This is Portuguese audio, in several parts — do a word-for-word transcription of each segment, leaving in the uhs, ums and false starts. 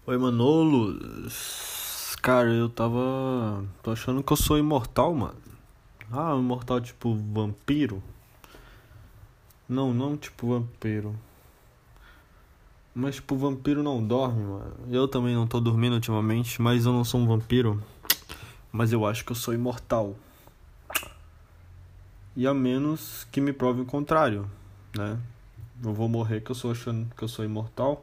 Oi, Manolo. Cara, eu tava. Tô achando que eu sou imortal, mano. Ah, imortal tipo vampiro? Não, não tipo vampiro. Mas tipo, vampiro não dorme, mano. Eu também não tô dormindo ultimamente, mas eu não sou um vampiro. Mas eu acho que eu sou imortal. E a menos que me prove o contrário, né? Eu vou morrer que eu sou achando que eu sou imortal.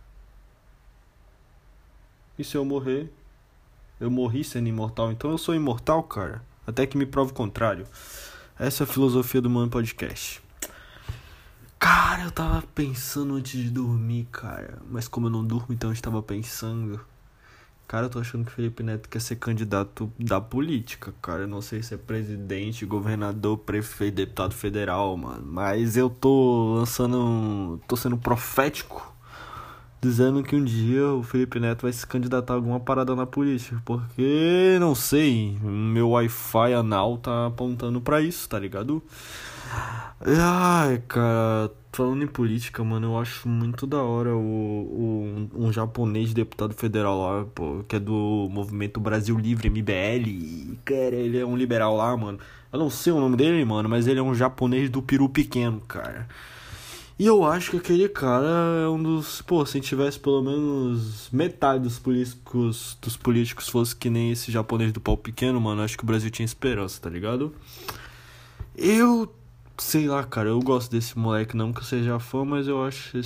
E se eu morrer, eu morri sendo imortal. Então eu sou imortal, cara. Até que me prove o contrário. Essa é a filosofia do Mano Podcast. Cara, eu tava pensando antes de dormir, cara. Mas como eu não durmo, então eu estava pensando. Cara, eu tô achando que o Felipe Neto quer ser candidato da política, cara. Eu não sei se é presidente, governador, prefeito, deputado federal, mano. Mas eu tô lançando um... tô sendo profético, dizendo que um dia o Felipe Neto vai se candidatar a alguma parada na política. Porque, não sei, meu Wi-Fi anal tá apontando pra isso, tá ligado? Ai, cara, falando em política, mano, eu acho muito da hora o, o, um japonês deputado federal lá, pô, que é do Movimento Brasil Livre, M B L. E, cara, ele é um liberal lá, mano. Eu não sei o nome dele, mano, mas ele é um japonês do peru pequeno, cara. E eu acho que aquele cara é um dos... Pô, se tivesse pelo menos metade dos políticos, dos políticos fosse que nem esse japonês do pau pequeno, mano, acho que o Brasil tinha esperança, tá ligado? Eu sei lá, cara, eu gosto desse moleque, não que eu seja fã, mas eu acho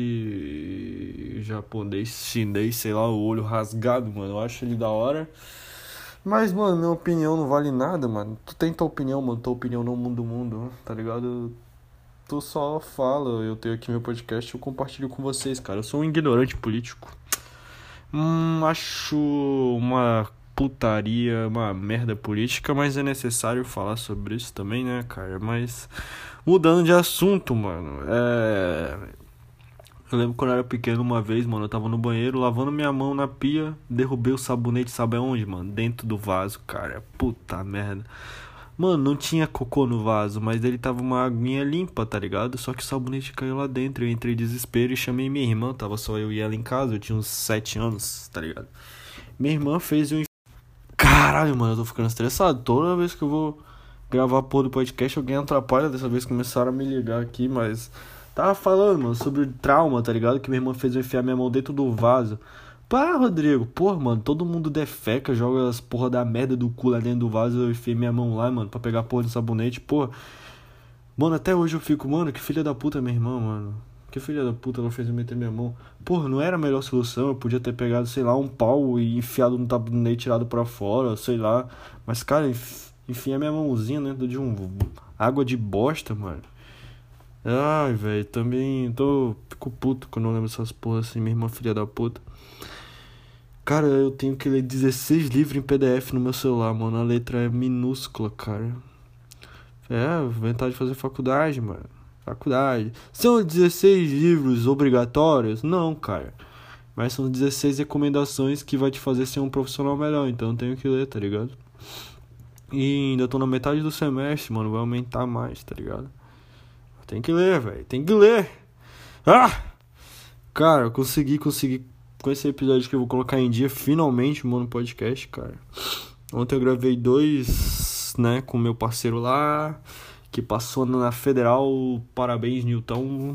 esse japonês, chinês, sei lá, o olho rasgado, mano, eu acho ele da hora. Mas, mano, minha opinião não vale nada, mano. Tu tem tua opinião, mano, tua opinião não muda o mundo, tá ligado? Tu só fala, eu tenho aqui meu podcast, eu compartilho com vocês, cara. Eu sou um ignorante político. Hum, acho uma putaria, uma merda política, mas é necessário falar sobre isso também, né, cara? Mas mudando de assunto, mano, é... Eu lembro quando eu era pequeno uma vez, mano, eu tava no banheiro lavando minha mão na pia, derrubei o sabonete, sabe aonde, mano? Dentro do vaso, cara. Puta merda. Mano, não tinha cocô no vaso, mas ele tava uma aguinha limpa, tá ligado? Só que o sabonete caiu lá dentro. Eu entrei em desespero e chamei minha irmã. Tava só eu e ela em casa, eu tinha uns sete anos, tá ligado? Minha irmã fez um. Caralho, mano, eu tô ficando estressado. Toda vez que eu vou gravar a porra do podcast, alguém atrapalha. Dessa vez começaram a me ligar aqui, mas. Tava falando, mano, sobre o trauma, tá ligado? Que minha irmã fez eu enfiar minha mão dentro do vaso. Pá, Rodrigo, porra, mano, todo mundo defeca, joga as porra da merda do cu lá dentro do vaso. Eu enfiei minha mão lá, mano, pra pegar a porra do sabonete, porra. Mano, até hoje eu fico, mano, que filha da puta minha irmã, mano. Que filha da puta ela fez eu meter minha mão. Porra, não era a melhor solução. Eu podia ter pegado, sei lá, um pau e enfiado no sabonete, tirado pra fora, sei lá. Mas, cara, enf... enfia minha mãozinha dentro de um água de bosta, mano. Ai, velho, também tô... Fico puto quando eu lembro dessas porras assim, minha irmã filha da puta. Cara, eu tenho que ler dezesseis livros em P D F no meu celular, mano. A letra é minúscula, cara. É, vontade de fazer faculdade, mano. Faculdade. São dezesseis livros obrigatórios? Não, cara. Mas são dezesseis recomendações que vai te fazer ser um profissional melhor. Então eu tenho que ler, tá ligado? E ainda tô na metade do semestre, mano. Vai aumentar mais, tá ligado? Tem que ler, velho. Tem que ler. Ah! Cara, eu consegui, consegui. Com esse episódio que eu vou colocar em dia, finalmente, mano, podcast, cara. Ontem eu gravei dois, né, com meu parceiro lá, que passou na Federal. Parabéns, Newton.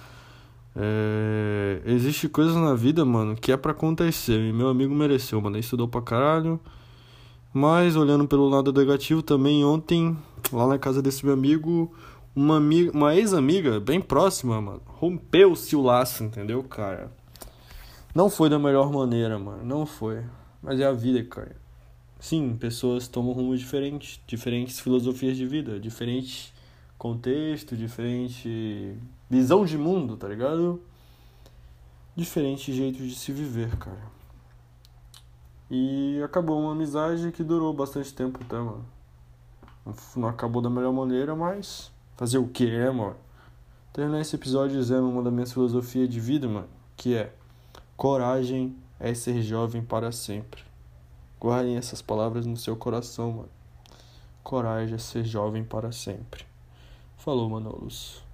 É... Existe coisas na vida, mano, que é pra acontecer. E meu amigo mereceu, mano. Ele estudou pra caralho. Mas, olhando pelo lado negativo, também ontem, lá na casa desse meu amigo, uma, amiga, uma ex-amiga, bem próxima, mano, rompeu-se o laço, entendeu, cara? Não foi da melhor maneira, mano. Não foi. Mas é a vida, cara. Sim, pessoas tomam rumos diferentes. Diferentes filosofias de vida. Diferente contexto, diferente visão de mundo, tá ligado? Diferente jeito de se viver, cara. E acabou uma amizade que durou bastante tempo até, mano. Não acabou da melhor maneira, mas... fazer o que é, mano? Terminar esse episódio dizendo uma das minhas filosofias de vida, mano. Que é... coragem é ser jovem para sempre. Guardem essas palavras no seu coração, mano. Coragem é ser jovem para sempre. Falou, Manolos.